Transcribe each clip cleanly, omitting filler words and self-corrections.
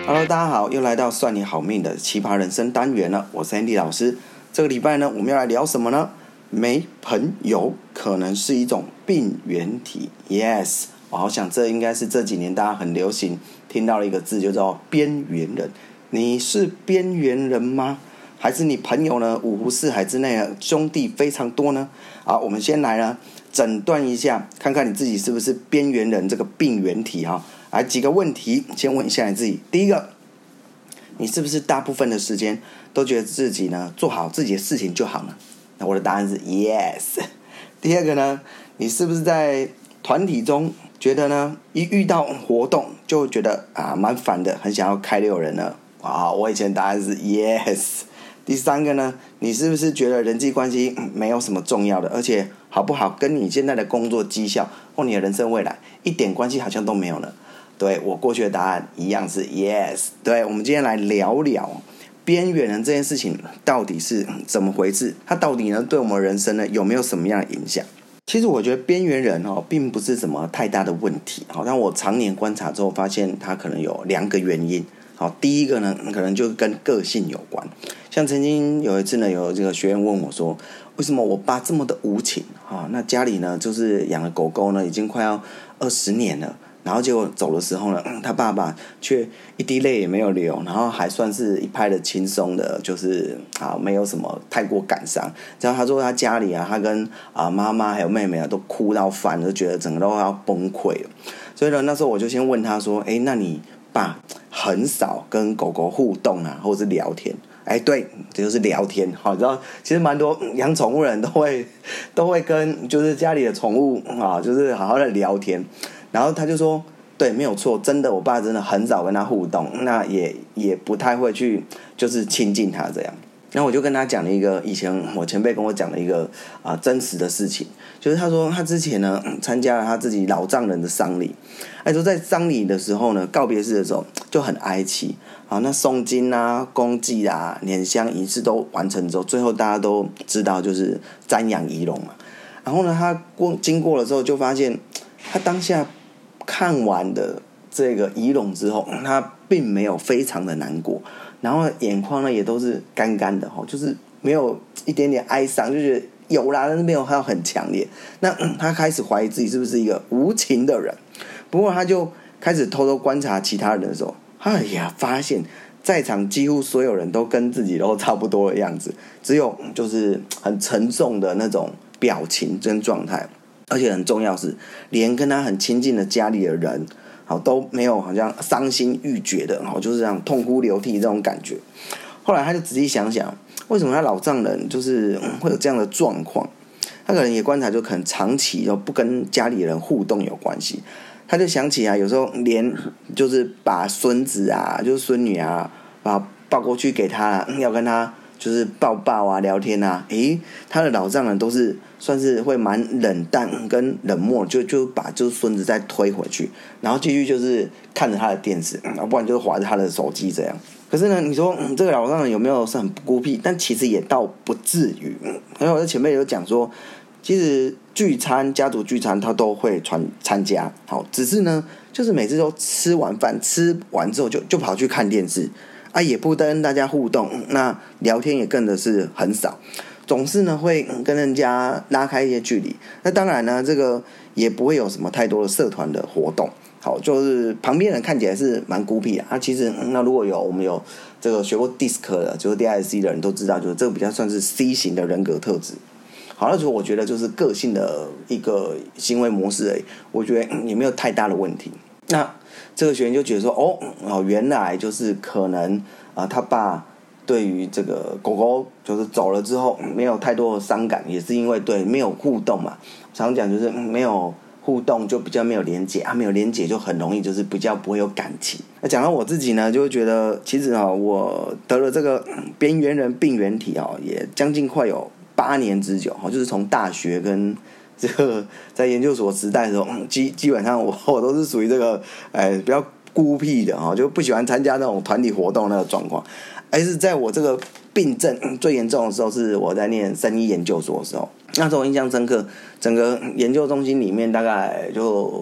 Hello， 大家好，又来到算你好命的奇葩人生单元了，我是 Andy 老师。这个礼拜呢，我们要来聊什么呢？没朋友可能是一种病原体。Yes， 我好想这应该是这几年大家很流行听到的一个字，就叫边缘人。你是边缘人吗？还是你朋友呢五湖四海之内兄弟非常多呢？好，我们先来呢诊断一下，看看你自己是不是边缘人这个病原体哈。来几个问题，先问一下你自己。第一个，你是不是大部分的时间都觉得自己呢做好自己的事情就好了？那我的答案是 yes。第二个呢，你是不是在团体中觉得呢一遇到活动就觉得蛮烦的，很想要开溜人呢？我以前答案是 yes。第三个呢，你是不是觉得人际关系没有什么重要的，而且好不好跟你现在的工作绩效或你的人生未来一点关系好像都没有呢？对，我过去的答案一样是 yes。 对，我们今天来聊聊边缘人这件事情到底是怎么回事，它到底呢对我们人生呢有没有什么样的影响？其实我觉得边缘人并不是什么太大的问题，但我常年观察之后发现它可能有2个原因。第一个呢可能就跟个性有关，像曾经有一次呢，有这个学员问我说，为什么我爸这么的无情那家里呢就是养了狗狗呢已经快要20年了，然后结果走的时候呢，他爸爸却一滴泪也没有流，然后还算是一派的轻松的，就是没有什么太过感伤。然后他说他家里他跟妈妈还有妹妹都哭到翻，就觉得整个都要崩溃了。所以呢，那时候我就先问他说，那你爸很少跟狗狗互动或者是聊天？对，这就是聊天。你知道，其实蛮多养宠物人都会跟就是家里的宠物就是好好的聊天。然后他就说，对，没有错，真的，我爸真的很少跟他互动，那也不太会去就是亲近他这样。然后我就跟他讲了一个以前我前辈跟我讲的一个真实的事情，就是他说他之前呢参加了他自己老丈人的丧礼，说在丧礼的时候呢，告别式的时候就很哀戚那诵经公祭拈香仪式都完成之后，最后大家都知道就是瞻仰遗容嘛。然后呢，他经过了之后就发现，他当下看完的这个仪容之后，他并没有非常的难过，然后眼眶呢也都是干干的就是没有一点点哀伤，就觉得有啦，但是没有到很强烈。那他开始怀疑自己是不是一个无情的人。不过他就开始偷偷观察其他人的时候，发现在场几乎所有人都跟自己都差不多的样子，只有就是很沉重的那种表情跟状态。而且很重要是，连跟他很亲近的家里的人都没有好像伤心欲绝的就是这样痛哭流涕这种感觉。后来他就仔细想想，为什么他老丈人就是会有这样的状况，他可能也观察，就可能长期都不跟家里人互动有关系。他就想起有时候连就是把孙子就是孙女把他抱过去给他要跟他就是抱抱聊天他的老丈人都是算是会蛮冷淡跟冷漠，就把就是孙子再推回去，然后继续就是看着他的电视，不然就是滑着他的手机这样。可是呢，你说这个老丈人有没有是很孤僻？但其实也倒不至于。因为我的前辈有讲说，其实聚餐家族聚餐他都会参加，只是呢就是每次都吃完饭吃完之后就跑去看电视也不跟大家互动，那聊天也更的是很少，总是呢会跟人家拉开一些距离。那当然呢，这个也不会有什么太多的社团的活动，就是旁边人看起来是蛮孤僻的其实那如果我们有这个学过 DISC 的，就是 DISC 的人都知道，就是这个比较算是 C 型的人格特质。那时候我觉得就是个性的一个行为模式而已，我觉得也没有太大的问题。那这个学员就觉得说原来就是可能他爸对于这个狗狗就是走了之后没有太多的伤感，也是因为没有互动嘛。常讲就是没有互动就比较没有连结没有连结就很容易就是比较不会有感情。那讲到我自己呢，就会觉得其实我得了这个边缘人病原体也将近快有8年之久就是从大学跟这个在研究所时代的时候，基本上我都是属于这个比较孤僻的就不喜欢参加那种团体活动那个状况。是在我这个病症最严重的时候，是我在念生医研究所的时候。那时候我印象深刻，整个研究中心里面大概就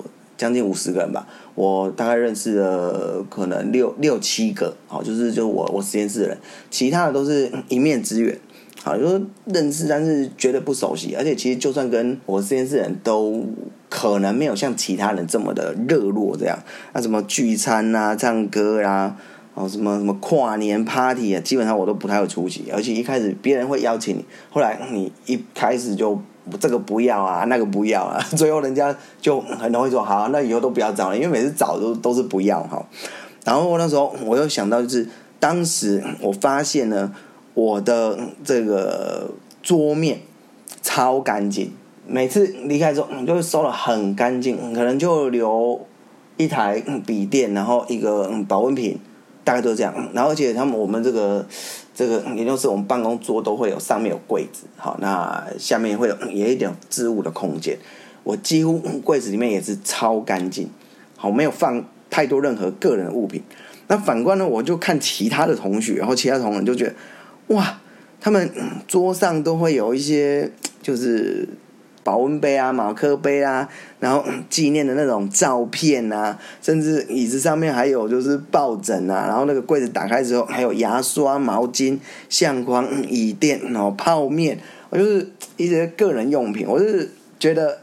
将近50个人吧，我大概认识了可能六七个，好，就是我实验室的人，其他的都是一面之缘。好，就是认识，但是绝对不熟悉，而且其实就算跟我实验室人都可能没有像其他人这么的热络这样。那什么聚餐啊、唱歌啊，什么跨年 party 啊，基本上我都不太会出席。而且一开始别人会邀请你，后来你一开始就这个不要啊，那个不要啊，最后人家就很容易说好，那以后都不要找了，因为每次找都是不要哈。然后那时候我又想到，就是当时我发现呢。我的这个桌面超干净，每次离开之后就会收得很干净，可能就留一台笔电，然后一个保温瓶，大概都是这样。然后而且我们这个研究室，我们办公桌都会有上面有柜子，好，那下面会有也一点置物的空间。我几乎柜子里面也是超干净，好，没有放太多任何个人的物品。那反观呢，我就看其他的同学，然后其他同仁就觉得。哇，他们桌上都会有一些就是保温杯啊、马克杯啊，然后纪念的那种照片啊，甚至椅子上面还有就是抱枕啊，然后那个柜子打开之后还有牙刷、毛巾、相框、椅垫，然后泡面，我就是一些个人用品，我就是觉得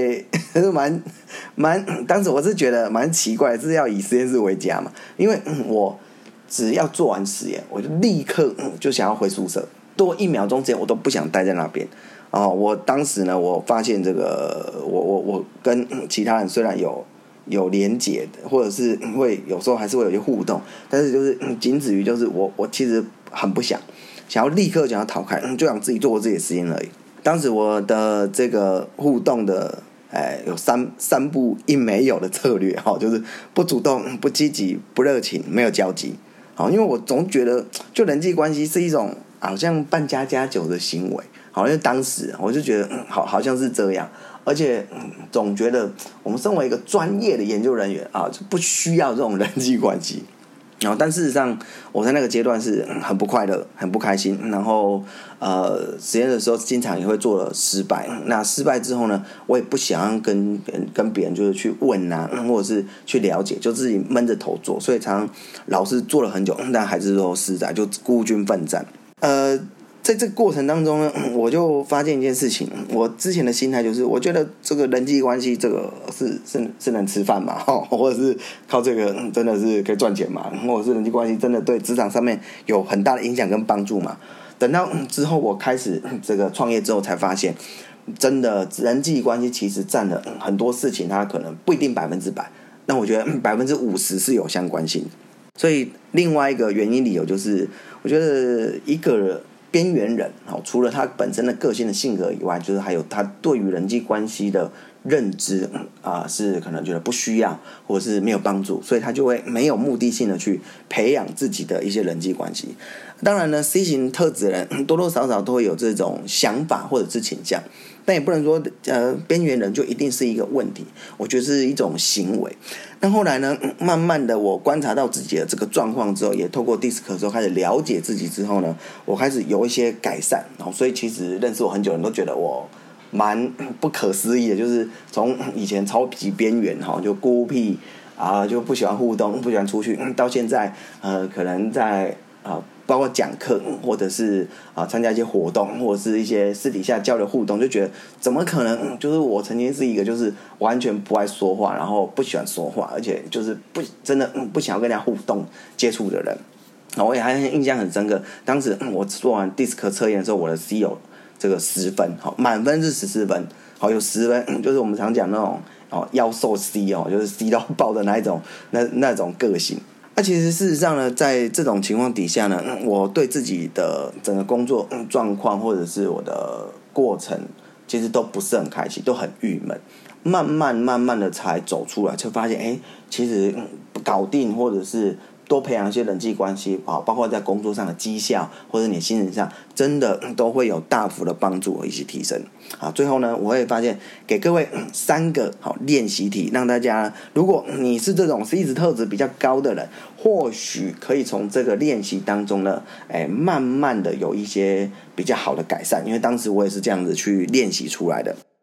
当时我是觉得蛮奇怪的，是要以实验室为家嘛，因为我。只要做完实验，我就立刻就想要回宿舍，多1秒钟之前我都不想待在那边。我当时呢，我发现这个，我跟其他人虽然有连结的，或者是会有时候还是会有些互动，但是就是仅止于就是我其实很不想要立刻想要逃开，就想自己做我自己的实验而已。当时我的这个互动的。有三不一没有的策略，就是不主动、不积极、不热情、没有交集。好，因为我总觉得，就人际关系是一种好像扮家家酒的行为。好，因为当时我就觉得，好像是这样，而且总觉得我们身为一个专业的研究人员啊，就不需要这种人际关系。但事实上，我在那个阶段是很不快乐、很不开心。然后，实验的时候经常也会做了失败。那失败之后呢，我也不想要跟别人就是去问啊，或者是去了解，就自己闷着头做。所以常老是做了很久，但还是都失败，就孤军奋战。在这个过程当中呢，我就发现一件事情。我之前的心态就是，我觉得这个人际关系这个是能吃饭嘛，或者是靠这个真的是可以赚钱嘛，或者是人际关系真的对职场上面有很大的影响跟帮助嘛。等到之后我开始这个创业之后，才发现，真的人际关系其实占了很多事情，它可能不一定100%，但我觉得50%是有相关性的。所以另外一个原因理由就是，我觉得一个边缘人，除了他本身的个性的性格以外，就是还有他对于人际关系的认知是可能觉得不需要或者是没有帮助，所以他就会没有目的性的去培养自己的一些人际关系。当然呢 C 型特质的人多多少少都会有这种想法或者是倾向，但也不能说边缘人就一定是一个问题，我觉得是一种行为。但后来呢，慢慢的我观察到自己的这个状况之后，也透过 DISC 之后开始了解自己之后呢，我开始有一些改善。所以其实认识我很久的人都觉得我蛮不可思议的，就是从以前超级边缘就孤僻就不喜欢互动，不喜欢出去，到现在可能在包括讲课或者是参加一些活动或者是一些私底下交流互动，就觉得怎么可能，就是我曾经是一个就是完全不爱说话，然后不喜欢说话，而且就是真的不想要跟人家互动接触的人。我也还印象很深刻，当时我做完 DISC 测验的时候，我的 C 有这个10分，满分是14分，有10分就是我们常讲那种妖兽 C 就是 C 到爆的那一种那种个性。其实事实上呢，在这种情况底下呢，我对自己的整个工作状况或者是我的过程，其实都不是很开心，都很郁闷。慢慢的才走出来，就发现其实搞定或者是多培养一些人际关系包括在工作上的绩效或者你心情上，真的都会有大幅的帮助和一起提升。最后呢，我会发现给各位3个练习题，让大家，如果你是这种 C 值特质比较高的人，或许可以从这个练习当中呢，慢慢的有一些比较好的改善。因为当时我也是这样子去练习出来的。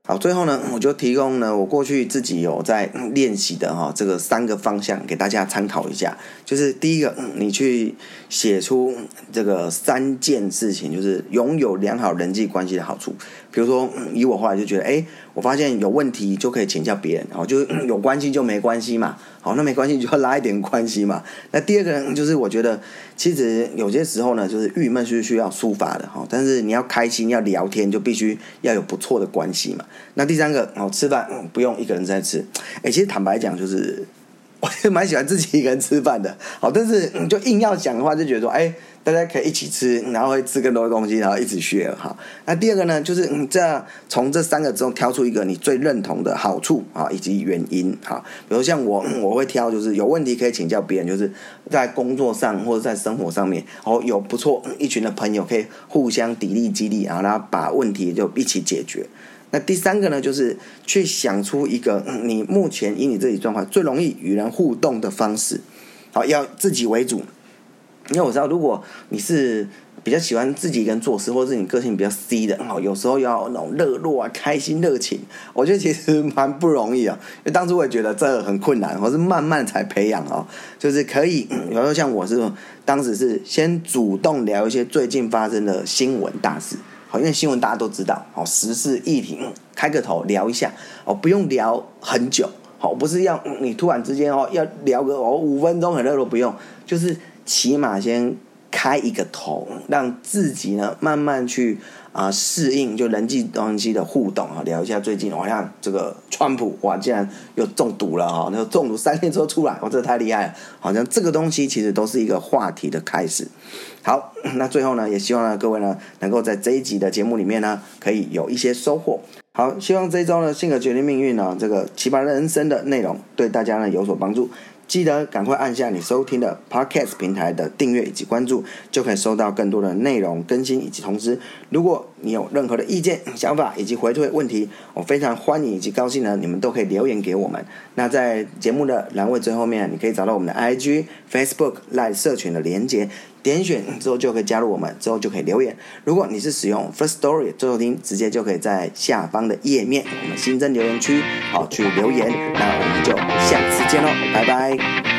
好，最后呢，我就提供呢我过去自己有在练习的这个3个方向给大家参考一下。就是第一个，你去写出这个3件事情，就是拥有良好人际关系的好处。比如说，以我后来就觉得，我发现有问题就可以请教别人，就有关系就没关系嘛。好，那没关系就要拉一点关系嘛。那第二个呢，就是我觉得其实有些时候呢，就是郁闷是需要抒发的，但是你要开心要聊天，就必须要有不错的关系嘛。那第三个，吃饭不用一个人在吃。其实坦白讲，就是我也蛮喜欢自己一个人吃饭的。好，但是就硬要讲的话，就觉得说，大家可以一起吃，然后会吃更多的东西，然后一起share。好，那第二个呢，就是从这3个之中挑出一个你最认同的好处以及原因。好，比如像我会挑，就是有问题可以请教别人，就是在工作上或者在生活上面，有不错一群的朋友可以互相砥砺激励，然后把问题就一起解决。那第3个呢，就是去想出一个你目前以你自己状况最容易与人互动的方式。好，要自己为主。因为我知道，如果你是比较喜欢自己一个人做事，或者是你个性比较 C 的，有时候要那种热络开心热情，我觉得其实蛮不容易啊。因为当初我也觉得这很困难，我是慢慢才培养就是可以，有时候像我是当时是先主动聊一些最近发生的新闻大事。因为新闻大家都知道，时事议题开个头聊一下，不用聊很久，不是要你突然之间要聊个5分钟很热络，不用，就是起码先开一个头，让自己呢慢慢去适应就人际关系的互动聊一下最近像这个川普竟然又中毒了那中毒3天之后出来，这太厉害了，好像这个东西其实都是一个话题的开始。好，那最后呢，也希望呢各位呢能够在这一集的节目里面呢可以有一些收获。好，希望这一周呢性格决定命运这个奇葩人生的内容对大家呢有所帮助。记得赶快按下你收听的 Podcast 平台的订阅以及关注，就可以收到更多的内容更新，以及同时如果你有任何的意见想法以及回馈问题，我非常欢迎以及高兴呢你们都可以留言给我们。那在节目的栏位最后面，你可以找到我们的 IG、Facebook、Line 社群的连结，点选之后就可以加入我们，之后就可以留言。如果你是使用 Firstory 最后听，直接就可以在下方的页面我们新增留言区去留言。那我们就下次见咯，拜拜。